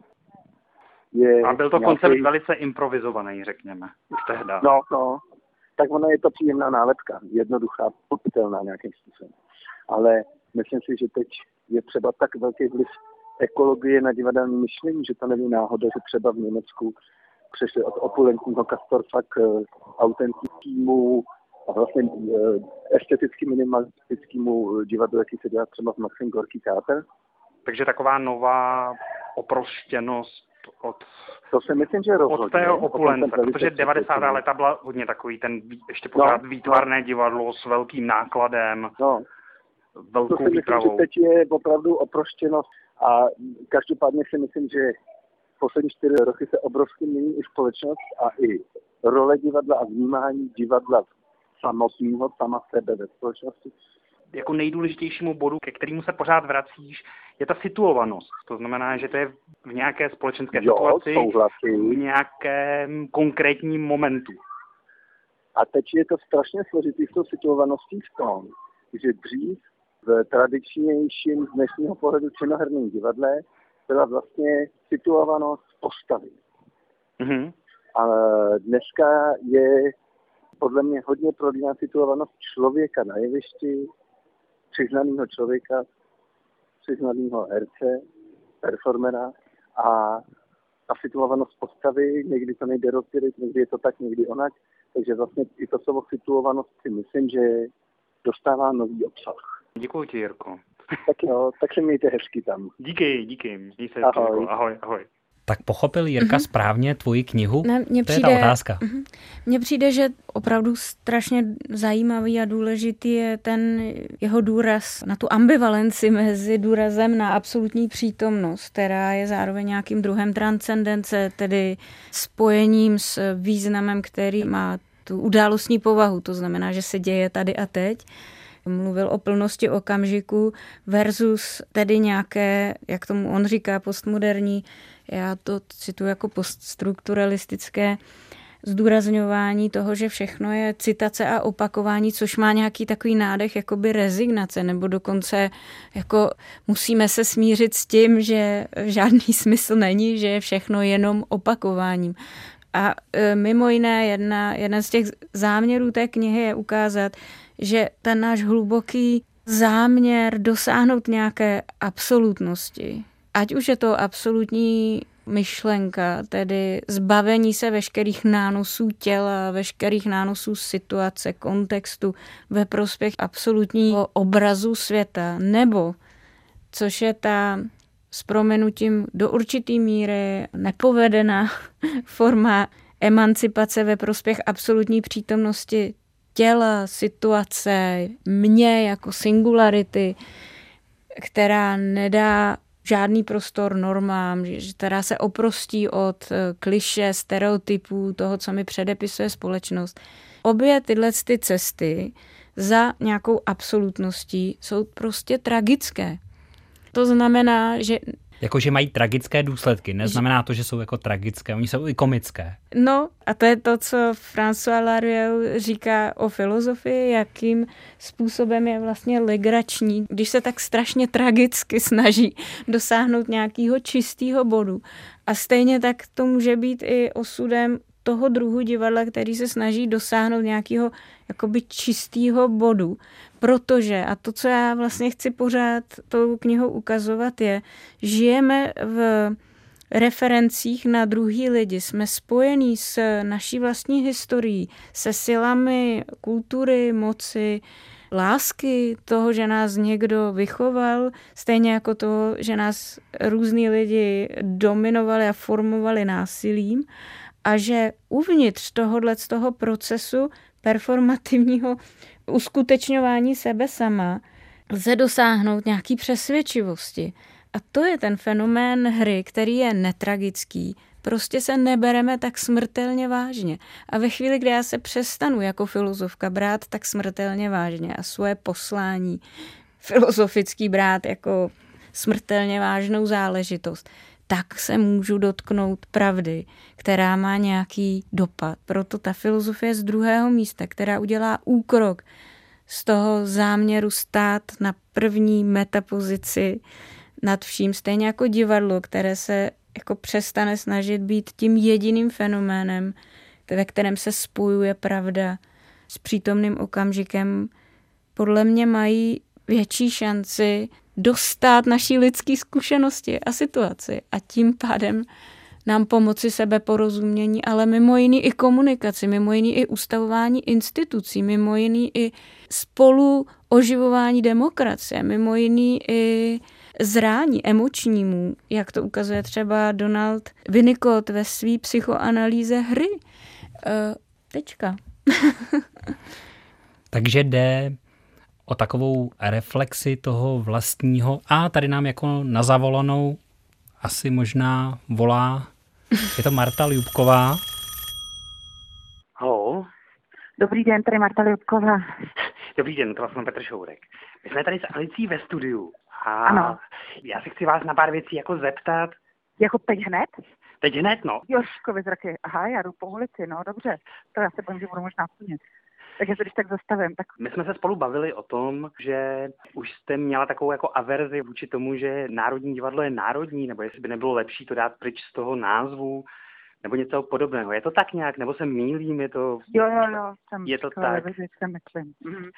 Je a byl to nějaký... koncept velice improvizovaný, řekněme, už tehdy. No, no. Tak ono je to příjemná nálepka, jednoduchá, pochopitelná nějakým způsobem. Ale myslím si, že teď je třeba tak velký vliv ekologie na divadelní myšlení, že to není náhoda, že třeba v Německu přešli od opulentního Kastorfa k autentickému a vlastně esteticky minimalistickému divadlu, jaký se dělá třeba v Maxim Gorký teatr. Takže taková nová oproštěnost od, to si myslím, že od tého opulence, protože devadesátá léta byla hodně takový ten ještě pořád no, výtvarné no. divadlo s velkým nákladem, no. velkou to si výpravou. Myslím, že teď je opravdu oproštěnost a každopádně si myslím, že poslední čtyři roky se obrovsky mění i společnost a i role divadla a vnímání divadla samotného, sama sebe ve společnosti. Jako nejdůležitějšímu bodu, ke kterému se pořád vracíš, je ta situovanost. To znamená, že to je v nějaké společenské jo, situaci, souhlasím. v nějakém konkrétním momentu. A teď je to strašně složitý s tou situovaností v tom, že dřív v tradičnějším z dnešního pohledu činoherním divadle byla vlastně situovanost postavy. Mm-hmm. A dneska je podle mě hodně prolíná situovanost člověka na jevišti, přiznaného člověka, přiznaného herce, performera a ta situovanost postavy, někdy to nejde rozdělit, někdy je to tak, někdy onak, takže vlastně i to slovo situovanost si myslím, že dostává nový obsah. Děkuji ti, Jirko. Tak jo, tak se mějte hezky tam. Díky, díky. Měj se ahoj. Jirko. Ahoj, ahoj. Tak pochopil Jirka mm-hmm. správně tvoji knihu? Ne, mně to přijde, je ta otázka. Mm-hmm. Mně přijde, že opravdu strašně zajímavý a důležitý je ten jeho důraz na tu ambivalenci mezi důrazem na absolutní přítomnost, která je zároveň nějakým druhem transcendence, tedy spojením s významem, který má tu událostní povahu, to znamená, že se děje tady a teď. Mluvil o plnosti okamžiku versus tedy nějaké, jak tomu on říká, postmoderní, já to cituji jako poststrukturalistické zdůrazňování toho, že všechno je citace a opakování, což má nějaký takový nádech jakoby rezignace, nebo dokonce jako musíme se smířit s tím, že žádný smysl není, že je všechno jenom opakováním. A e, mimo jiné jedna, jeden z těch záměrů té knihy je ukázat, že ten náš hluboký záměr dosáhnout nějaké absolutnosti, ať už je to absolutní myšlenka, tedy zbavení se veškerých nánosů těla, veškerých nánosů situace, kontextu ve prospěch absolutního obrazu světa, nebo, což je ta s prominutím do určitý míry nepovedená forma emancipace ve prospěch absolutní přítomnosti těla, situace, mě jako singularity, která nedá žádný prostor normám, která se oprostí od klišé, stereotypů, toho, co mi předepisuje společnost. Obě tyhle ty cesty za nějakou absolutností jsou prostě tragické. To znamená, že... Jakože mají tragické důsledky, neznamená to, že jsou jako tragické, oni jsou i komické. No a to je to, co François Larieux říká o filozofii, jakým způsobem je vlastně legrační, když se tak strašně tragicky snaží dosáhnout nějakého čistého bodu. A stejně tak to může být i osudem toho druhu divadla, který se snaží dosáhnout nějakého jakoby čistého bodu. Protože, a to, co já vlastně chci pořád tou knihou ukazovat, je, žijeme v referencích na druhý lidi, jsme spojení s naší vlastní historií, se silami kultury, moci, lásky, toho, že nás někdo vychoval, stejně jako toho, že nás různý lidi dominovali a formovali násilím, a že uvnitř tohohle z toho procesu performativního uskutečňování sebe sama lze dosáhnout nějaký přesvědčivosti. A to je ten fenomén hry, který je netragický. Prostě se nebereme tak smrtelně vážně. A ve chvíli, kdy já se přestanu jako filozofka brát tak smrtelně vážně a svoje poslání filozofický brát jako smrtelně vážnou záležitost, tak se můžu dotknout pravdy, která má nějaký dopad. Proto ta filozofie z druhého místa, která udělá úkrok z toho záměru stát na první metapozici nad vším, stejně jako divadlo, které se jako přestane snažit být tím jediným fenoménem, ve kterém se spojuje pravda s přítomným okamžikem, podle mě mají větší šanci dostat naší lidské zkušenosti a situaci a tím pádem nám pomoci sebeporozumění, ale mimo jiný i komunikaci, mimo jiný i ustavování institucí, mimo jiný i spolu oživování demokracie, mimo jiný i zrání emočnímu, jak to ukazuje třeba Donald Winnicott ve své psychoanalýze hry. E, tečka. Takže jde o takovou reflexi toho vlastního a tady nám jako na zavolanou asi možná volá, je to Marta Ljubková. Haló. Dobrý den, tady Marta Ljubková. Dobrý den, to jsem Petr Šourek. My jsme tady s Alicí ve studiu a ano. Já se chci vás na pár věcí jako zeptat. Jako teď hned? Teď hned, no. Jožkovi zraky. Aha, já jdu po ulici, no dobře. To já se bojím, že budu možná plnit. Tak já se když tak zastavím. Tak... My jsme se spolu bavili o tom, že už jste měla takovou jako averzi vůči tomu, že Národní divadlo je národní, nebo jestli by nebylo lepší to dát pryč z toho názvu, nebo něco podobného. Je to tak nějak, nebo se mýlím, je to... Jo, jo, jo, jsem je to tak. Se myslím. Mhm.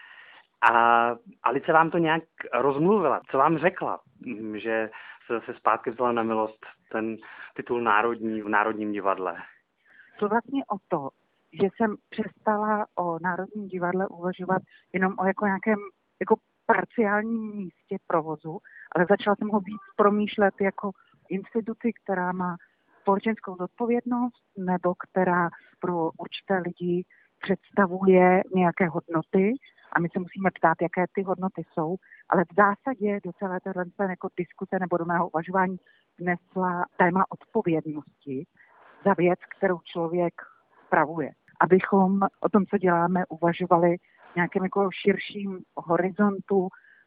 A Alice vám to nějak rozmluvila, co vám řekla, že se zase zpátky vzala na milost ten titul národní v Národním divadle? To vlastně o to, že jsem přestala o Národním divadle uvažovat jenom o jako nějakém jako parciálním místě provozu, ale začala jsem ho víc promýšlet jako instituci, která má společenskou zodpovědnost nebo která pro určité lidi představuje nějaké hodnoty a my se musíme ptát, jaké ty hodnoty jsou, ale v zásadě do celé téhle jako diskuse nebo do mého uvažování vnesla téma odpovědnosti za věc, kterou člověk spravuje. Abychom o tom, co děláme, uvažovali nějakém jako širším horizontu,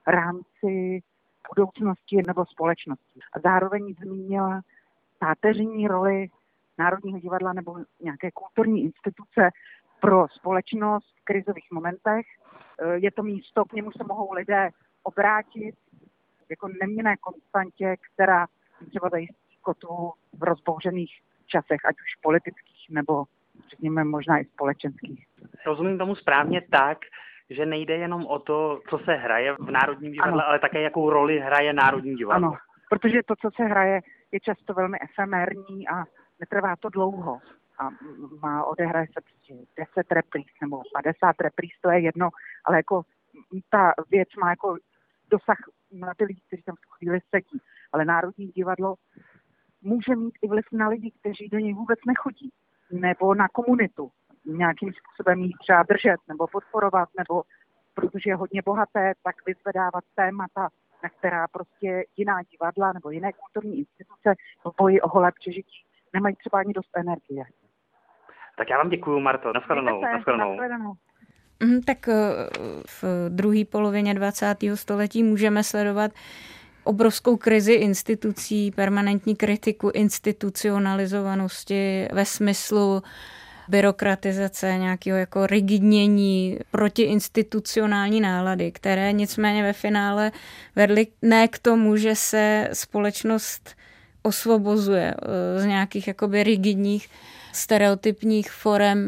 rámci budoucnosti nebo společnosti. A zároveň zmínila páteřní roli Národního divadla nebo nějaké kulturní instituce pro společnost v krizových momentech. Je to místo, k němu se mohou lidé obrátit jako neměnné konstantě, která třeba zajistí kotvu v rozbouřených časech, ať už politických nebo řekněme možná i společenských. Rozumím tomu správně tak, že nejde jenom o to, co se hraje v Národním divadle, ano. ale také jakou roli hraje Národní divadlo. Ano, protože to, co se hraje, je často velmi efemérní a netrvá to dlouho. A má odehraje se prostě deset repríz nebo padesát repríz, to je jedno, ale jako ta věc má jako dosah na ty lidi, kteří tam v chvíli sedí. Ale Národní divadlo může mít i vliv na lidi, kteří do něj vůbec nechodí, nebo na komunitu. nějakým způsobem jí třeba držet nebo podporovat, nebo protože je hodně bohaté, tak vyzvedávat témata, na která prostě jiná divadla nebo jiné kulturní instituce v boji o holé přežití nemají třeba ani dost energie. Tak já vám děkuju, Marto. Nashledanou. Nashledanou. Mm, tak v druhé polovině dvacátého století můžeme sledovat obrovskou krizi institucí, permanentní kritiku institucionalizovanosti ve smyslu byrokratizace, nějakého jako rigidnění, protiinstitucionální nálady, které nicméně ve finále vedly ne k tomu, že se společnost osvobozuje z nějakých jakoby rigidních stereotypních forem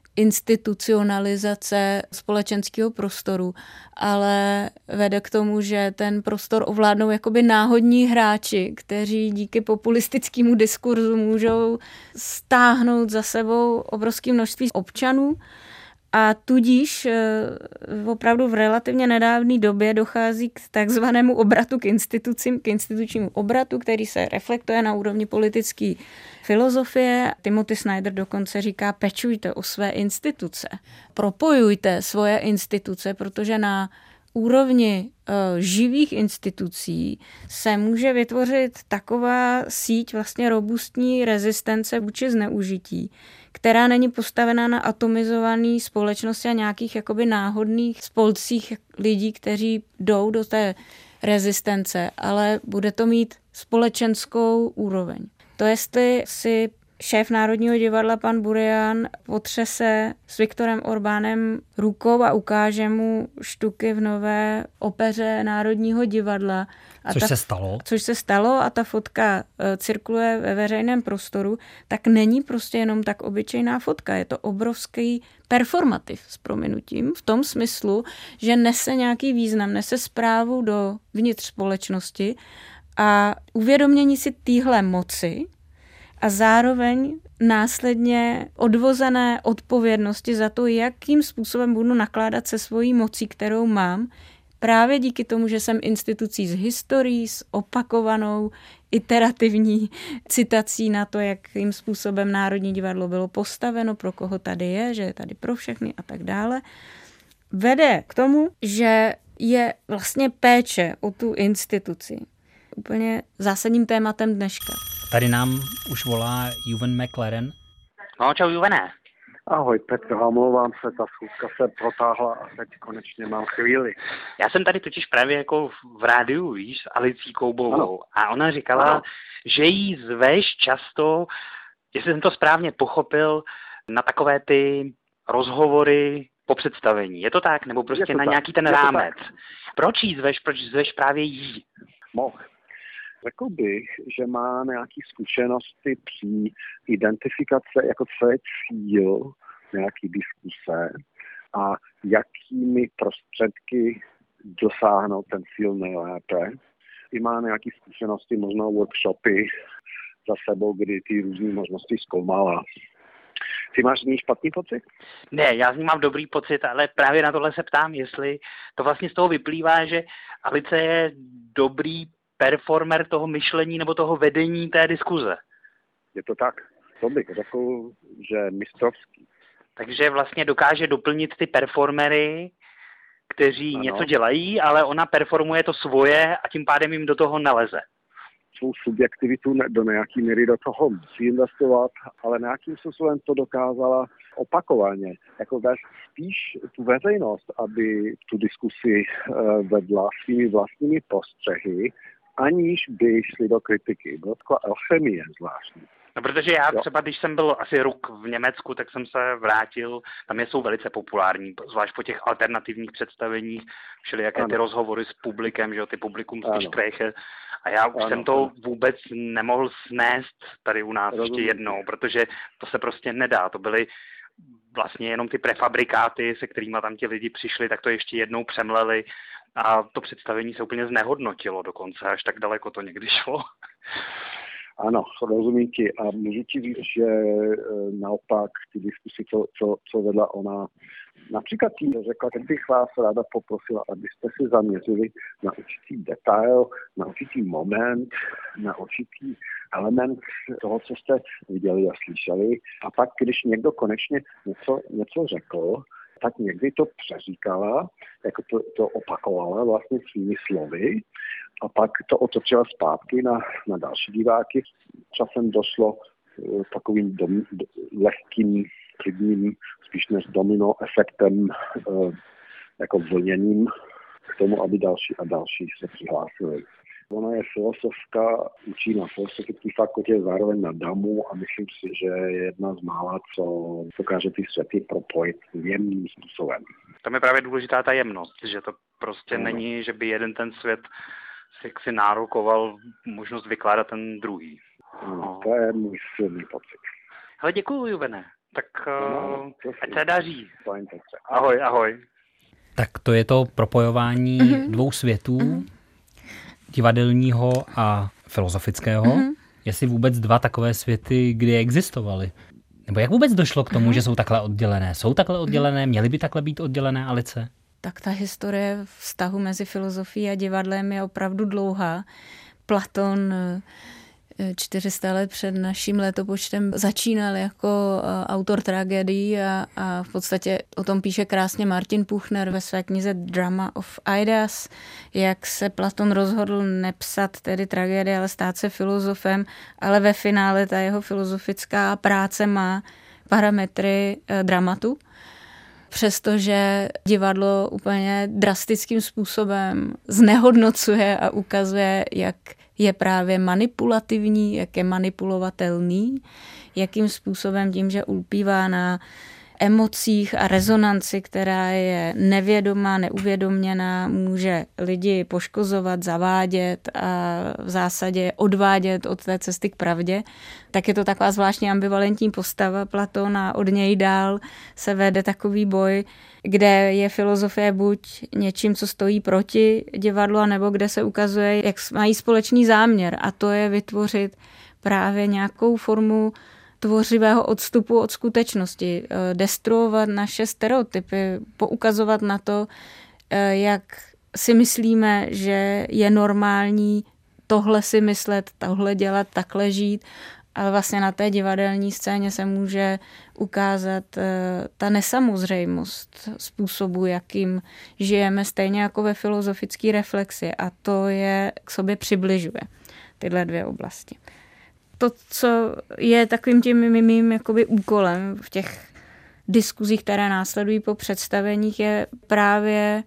institucionalizace společenského prostoru, ale vede k tomu, že ten prostor ovládnou jakoby náhodní hráči, kteří díky populistickému diskurzu můžou stáhnout za sebou obrovské množství občanů a tudíž opravdu v relativně nedávné době dochází k takzvanému obratu k institucím, k institučnímu obratu, který se reflektuje na úrovni politické filozofie. Timothy Snyder dokonce říká, pečujte o své instituce, propojujte svoje instituce, protože na úrovni uh, živých institucí se může vytvořit taková síť vlastně robustní rezistence vůči zneužití, která není postavená na atomizované společnosti a nějakých jakoby náhodných spolcích lidí, kteří jdou do té rezistence, ale bude to mít společenskou úroveň. To jestli si šéf Národního divadla pan Burian potřese s Viktorem Orbánem rukou a ukáže mu štuky v nové opeře Národního divadla. A což ta, se stalo. Což se stalo a ta fotka cirkuluje ve veřejném prostoru, tak není prostě jenom tak obyčejná fotka. Je to obrovský performativ s prominutím v tom smyslu, že nese nějaký význam, nese zprávu do vnitř společnosti a uvědomění si téhle moci a zároveň následně odvozené odpovědnosti za to, jakým způsobem budu nakládat se svojí mocí, kterou mám, právě díky tomu, že jsem institucí z historií, s opakovanou iterativní citací na to, jakým způsobem Národní divadlo bylo postaveno, pro koho tady je, že je tady pro všechny a tak dále, vede k tomu, že je vlastně péče o tu instituci úplně zásadním tématem dneška. Tady nám už volá Juven McLaren. No, čau Juvene. Ahoj Petr, omlouvám se, ta schůzka se protáhla a teď konečně mám chvíli. Já jsem tady totiž právě jako v rádiu, víš, s Alicí Koubovou a ona říkala, ano. že jí zveš často, jestli jsem to správně pochopil, na takové ty rozhovory po představení. Je to tak? Nebo prostě na tak. nějaký ten rámec? Proč jí zveš, proč zveš právě jí? Mohl. Řekl bych, že má nějaké zkušenosti při identifikaci, jako co je cíl nějaký diskuse a jakými prostředky dosáhnout ten cíl nejlépe. I má nějaké zkušenosti, možná workshopy za sebou, kdy ty různé možnosti zkoumala. Ty máš z ní špatný pocit? Ne, já z ní mám dobrý pocit, ale právě na tohle se ptám, jestli to vlastně z toho vyplývá, že Alice je dobrý performer toho myšlení nebo toho vedení té diskuze. Je to tak. To bych řekl, že mistrovský. Takže vlastně dokáže doplnit ty performery, kteří ano. něco dělají, ale ona performuje to svoje a tím pádem jim do toho neleze. Svou subjektivitu do nějaký míry do toho musí investovat, ale nějakým způsobem to dokázala opakovaně. Jako vést spíš tu veřejnost, aby tu diskusi vedla svými vlastními postřehy, aniž by šli do kritiky. Byla taková alchemie zvláštní. No, protože já jo. třeba, když jsem byl asi rok v Německu, tak jsem se vrátil, tam je jsou velice populární, zvlášť po těch alternativních představeních, všelijaké ty rozhovory s publikem, že jo, ty publikumsgespräche. A já už ano, jsem to ano. vůbec nemohl snést tady u nás Rozumím. ještě jednou, protože to se prostě nedá. To byly vlastně jenom ty prefabrikáty, se kterými tam ti lidi přišli, tak to ještě jednou přemleli a to představení se úplně znehodnotilo dokonce, až tak daleko to někdy šlo. Ano, rozumím ti a můžu ti říct, že e, naopak ty diskusy, co, co, co vedla ona, například tím řekla, tak bych vás ráda poprosila, abyste si zaměřili na určitý detail, na určitý moment, na určitý element toho, co jste viděli a slyšeli. A pak, když někdo konečně něco, něco řekl, tak někdy to přeříkala, jako to, to opakovala vlastně svými slovy a pak to otočila zpátky na, na další diváky. Časem došlo uh, takovým dom, do, lehkým, klidným, spíš než domino efektem, uh, jako vlněním k tomu, aby další a další se přihlásili. Ona je filozofka, učí na filozofické fakultě, zároveň na damu a myslím si, že je jedna z mála, co dokáže ty světy propojit jemným způsobem. Tam je právě důležitá ta jemnost, že to prostě no. není, že by jeden ten svět si, si nárokoval možnost vykládat ten druhý. No, to je můj silný pocit. Hele, děkuju, Juvene. Tak no, uh, ať se daří. Ahoj, ahoj. Tak to je to propojování mm-hmm. dvou světů, mm-hmm. divadelního a filozofického. Mm-hmm. Jestli vůbec dva takové světy kdy existovaly. Nebo jak vůbec došlo k tomu, mm-hmm. že jsou takhle oddělené? Jsou takhle oddělené? Měly by takhle být oddělené, Alice? Tak ta historie vztahu mezi filozofií a divadlem je opravdu dlouhá. Platon čtyři sta let před naším letopočtem začínal jako autor tragédií a, a v podstatě o tom píše krásně Martin Puchner ve své knize Drama of Ideas, jak se Platon rozhodl nepsat tedy tragédie, ale stát se filozofem, ale ve finále ta jeho filozofická práce má parametry eh, dramatu, přestože divadlo úplně drastickým způsobem znehodnocuje a ukazuje, jak je právě manipulativní, jak je manipulovatelný, jakým způsobem tím, že ulpívá na emocích a rezonanci, která je nevědomá, neuvědoměná, může lidi poškozovat, zavádět a v zásadě odvádět od té cesty k pravdě, tak je to taková zvláštně ambivalentní postava Platon a od něj dál se vede takový boj, kde je filozofie buď něčím, co stojí proti divadlu, nebo kde se ukazuje, jak mají společný záměr, a to je vytvořit právě nějakou formu tvořivého odstupu od skutečnosti, destruovat naše stereotypy, poukazovat na to, jak si myslíme, že je normální tohle si myslet, tohle dělat, takhle žít, ale vlastně na té divadelní scéně se může ukázat ta nesamozřejmost způsobu, jakým žijeme, stejně jako ve filozofické reflexi, a to je k sobě přibližuje tyhle dvě oblasti. To, co je takovým tím mým jakoby úkolem v těch diskuzích, které následují po představeních, je právě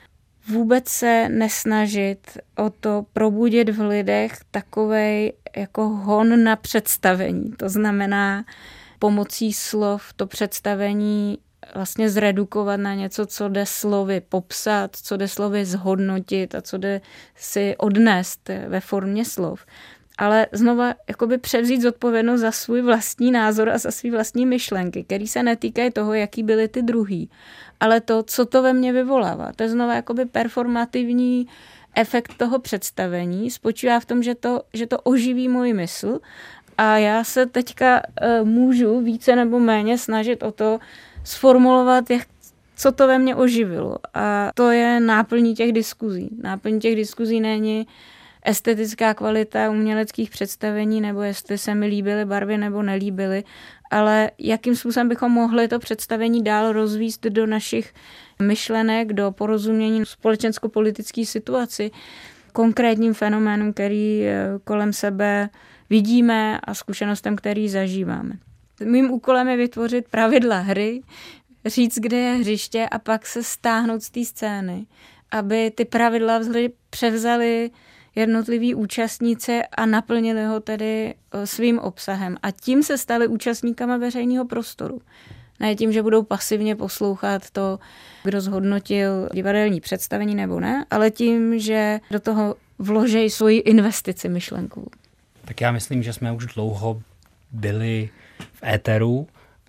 vůbec se nesnažit o to probudit v lidech takovej jako hon na představení. To znamená pomocí slov to představení vlastně zredukovat na něco, co jde slovy popsat, co jde slovy zhodnotit a co jde si odnést ve formě slov. Ale znova jakoby převzít zodpovědnost za svůj vlastní názor a za svý vlastní myšlenky, který se netýkají toho, jaký byly ty druhý, ale to, co to ve mně vyvolává. To je znova jakoby performativní efekt toho představení, spočívá v tom, že to, že to oživí moji mysl a já se teďka uh, můžu více nebo méně snažit o to sformulovat, jak, co to ve mně oživilo. A to je náplní těch diskuzí. Náplní těch diskuzí není estetická kvalita uměleckých představení, nebo jestli se mi líbily barvy nebo nelíbily, ale jakým způsobem bychom mohli to představení dál rozvíjet do našich myšlenek, do porozumění společensko-politické situaci, konkrétním fenoménům, který kolem sebe vidíme a zkušenostem, který zažíváme. Mým úkolem je vytvořit pravidla hry, říct, kde je hřiště a pak se stáhnout z té scény, aby ty pravidla převzaly jednotliví účastníci a naplnili ho tedy svým obsahem. A tím se stali účastníkama veřejného prostoru. Ne tím, že budou pasivně poslouchat to, kdo zhodnotil divadelní představení nebo ne, ale tím, že do toho vložejí svoji investici myšlenkovou. Tak já myslím, že jsme už dlouho byli v éteru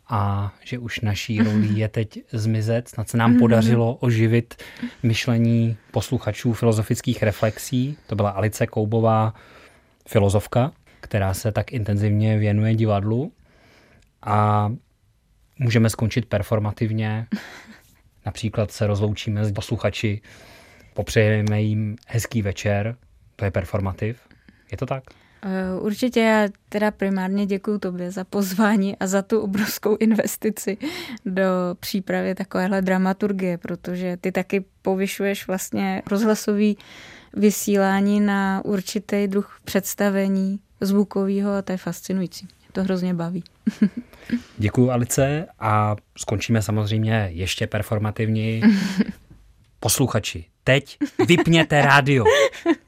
a že už naší rolí je teď zmizet. Snad se nám podařilo oživit myšlení posluchačů filozofických reflexí. To byla Alice Koubová, filozofka, která se tak intenzivně věnuje divadlu. A můžeme skončit performativně. Například se rozloučíme s posluchači, popřejeme jim hezký večer. To je performativ. Je to tak? Určitě já teda primárně děkuju tobě za pozvání a za tu obrovskou investici do přípravy takovéhle dramaturgie, protože ty taky povyšuješ vlastně rozhlasový vysílání na určitý druh představení zvukového a to je fascinující. Mě to hrozně baví. Děkuju, Alice, a skončíme samozřejmě ještě performativněji. Posluchači, teď vypněte rádio.